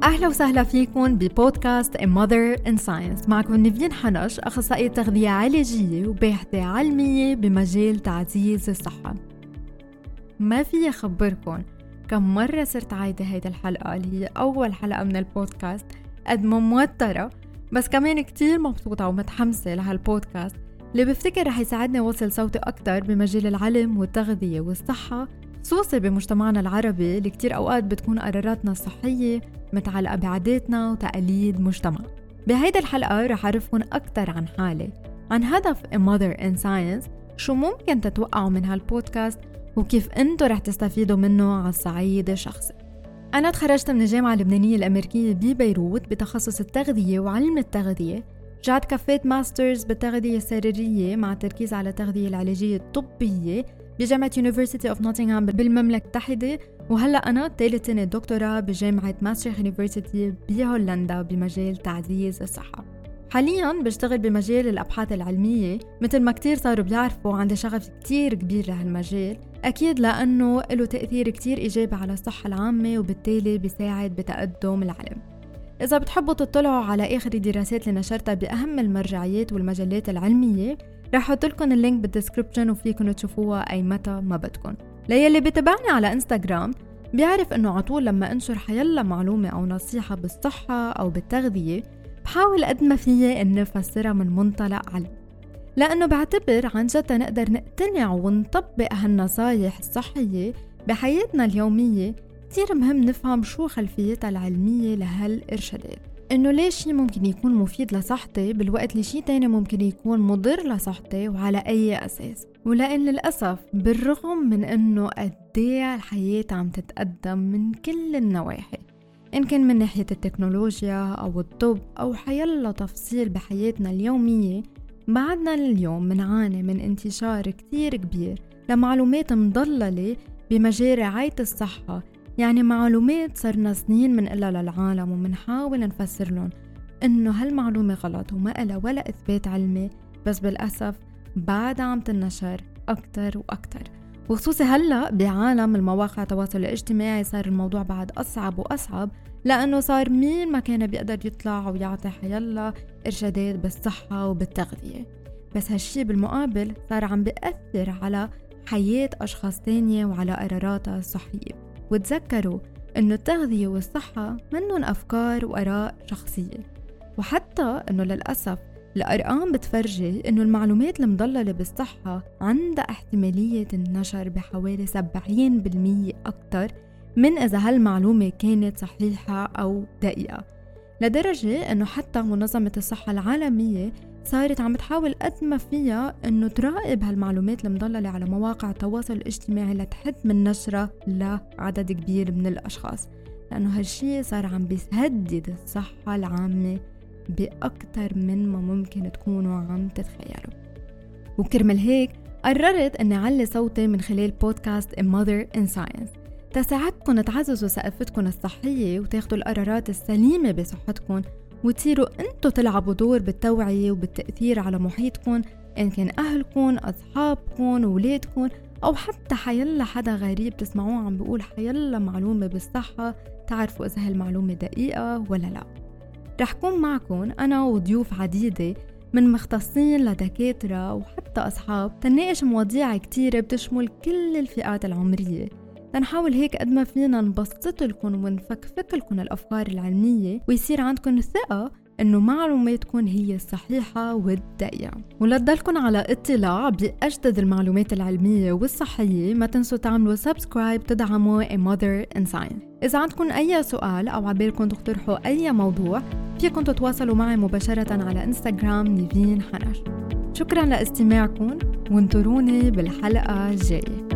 أهلا وسهلا فيكم ببودكاست A Mother in Science. معكم نيفين حنش، أخصائية تغذية علاجية وباحثة علمية بمجال تعزيز الصحة. ما في أخبركم كم مرة صرت عايدة هيدا الحلقة اللي هي أول حلقة من البودكاست، قد ما موترة بس كمان كتير مبسوطة ومتحمسة لهالبودكاست اللي بفتكر رح يساعدني أوصل صوتي أكتر بمجال العلم والتغذية والصحة، خصوصي بمجتمعنا العربي اللي كتير أوقات بتكون قراراتنا الصحية متعلقة بعاداتنا وتقاليد مجتمع. بهيدا الحلقة رح أعرفكم أكتر عن حالي، عن هدف A Mother in Science، شو ممكن تتوقعوا من هالبودكاست وكيف أنتوا رح تستفيدوا منه على الصعيد الشخصي. أنا تخرجت من الجامعة اللبنانية الأمريكية ببيروت بتخصص التغذية وعلم التغذية. رجعت كفيت ماسترز بالتغذية السريرية مع تركيز على التغذية العلاجية الطبية بجامعة University of Nottingham بالمملكة المتحدة، وهلأ أنا ثالث سنة دكتوراه بجامعة ماستريخت يونيفرسيتي بهولندا بمجال تعزيز الصحة. حالياً بشتغل بمجال الأبحاث العلمية، مثل ما كتير صاروا بيعرفوا عندي شغف كتير كبير لهالمجال، أكيد لأنه له تأثير كتير إيجابي على الصحة العامة وبالتالي بيساعد بتقدم العلم. إذا بتحبوا تطلعوا على آخر الدراسات اللي نشرتها بأهم المرجعيات والمجلات العلمية، رح أحط لكم اللينك بالديسكريبشن وفيكم تشوفوها أي متى ما بدكم. ليلي بيتابعني على انستغرام بيعرف إنه عطول لما أنشر حيلا معلومة أو نصيحة بالصحة أو بالتغذية بحاول قد ما فيي إن أفسرها من منطلق علم، لأنه بعتبر عن جد نقدر نقتنع ونطبق هالنصايح الصحية بحياتنا اليومية. كتير مهم نفهم شو خلفيتها العلمية لهالإرشادات، إنه ليش شي ممكن يكون مفيد لصحتي بالوقت اللي شي تاني ممكن يكون مضر لصحتي وعلى أي أساس. ولأن للأسف بالرغم من إنه قديه الحياة عم تتقدم من كل النواحي، إن كان من ناحية التكنولوجيا أو الطب أو حيلا تفصيل بحياتنا اليومية، بعدنا اليوم منعاني من انتشار كتير كبير لمعلومات مضللة بمجال رعاية الصحة. يعني معلومات صرنا سنين منقلها للعالم ومنحاول نفسر لهم إنه هالمعلومة غلط وما إلها ولا إثبات علمي، بس بالأسف بعد عم تنشر أكتر وأكتر، وخصوصي هلأ بعالم المواقع التواصل الاجتماعي صار الموضوع بعد أصعب وأصعب، لأنه صار مين ما كان بيقدر يطلع ويعطي حيلا إرشادات بالصحة وبالتغذية. بس هالشي بالمقابل صار عم بيأثر على حياة أشخاص تانية وعلى قراراتها الصحية. وتذكروا إنه التغذية والصحة منهم أفكار وآراء شخصية، وحتى إنه للأسف الأرقام بتفرجي إنه المعلومات المضللة بالصحة عندها احتمالية النشر بحوالي 70% أكتر من إذا هالمعلومة كانت صحيحة أو دقيقة، لدرجة إنه حتى منظمة الصحة العالمية صارت عم تحاول قد ما فيها إنه تراقب هالمعلومات المضللة على مواقع التواصل الاجتماعي لتحد من نشرها لعدد كبير من الأشخاص، لأنه هالشي صار عم بيهدد الصحة العامة بأكتر من ما ممكن تكونوا عم تتخيلوا. وكرمال هيك قررت أني أعلي صوتي من خلال بودكاست A Mother in Science تساعدكم تعززوا ثقافتكم الصحية وتاخدوا القرارات السليمة بصحتكم، وتصيروا أنتوا تلعبوا دور بالتوعية وبالتأثير على محيطكم، إن كان أهلكم، أصحابكم، ولادكم، أو حتى حيلا حدا غريب تسمعوه عم بيقول حيلا معلومة بالصحة، تعرفوا إذا هالمعلومة دقيقة ولا لا. رح كون معكم أنا وضيوف عديدة من مختصين لدكاترة وحتى أصحاب تناقش مواضيع كتيرة بتشمل كل الفئات العمرية، لنحاول هيك قد ما فينا نبسط لكم ونفكفك لكم الأفكار العلمية، ويصير عندكم ثقة إنه معلوماتكم هي الصحيحة والدقيقة. ولتضلكم على اطلاع بأجدد المعلومات العلمية والصحية، ما تنسوا تعملوا سبسكرايب تدعموا A Mother in Science. إذا عندكم أي سؤال أو عبالكم تقترحوا أي موضوع، فيكم تتواصلوا معي مباشرة على انستغرام نيفين حنش. شكرا لاستماعكم وانطروني بالحلقة الجاية.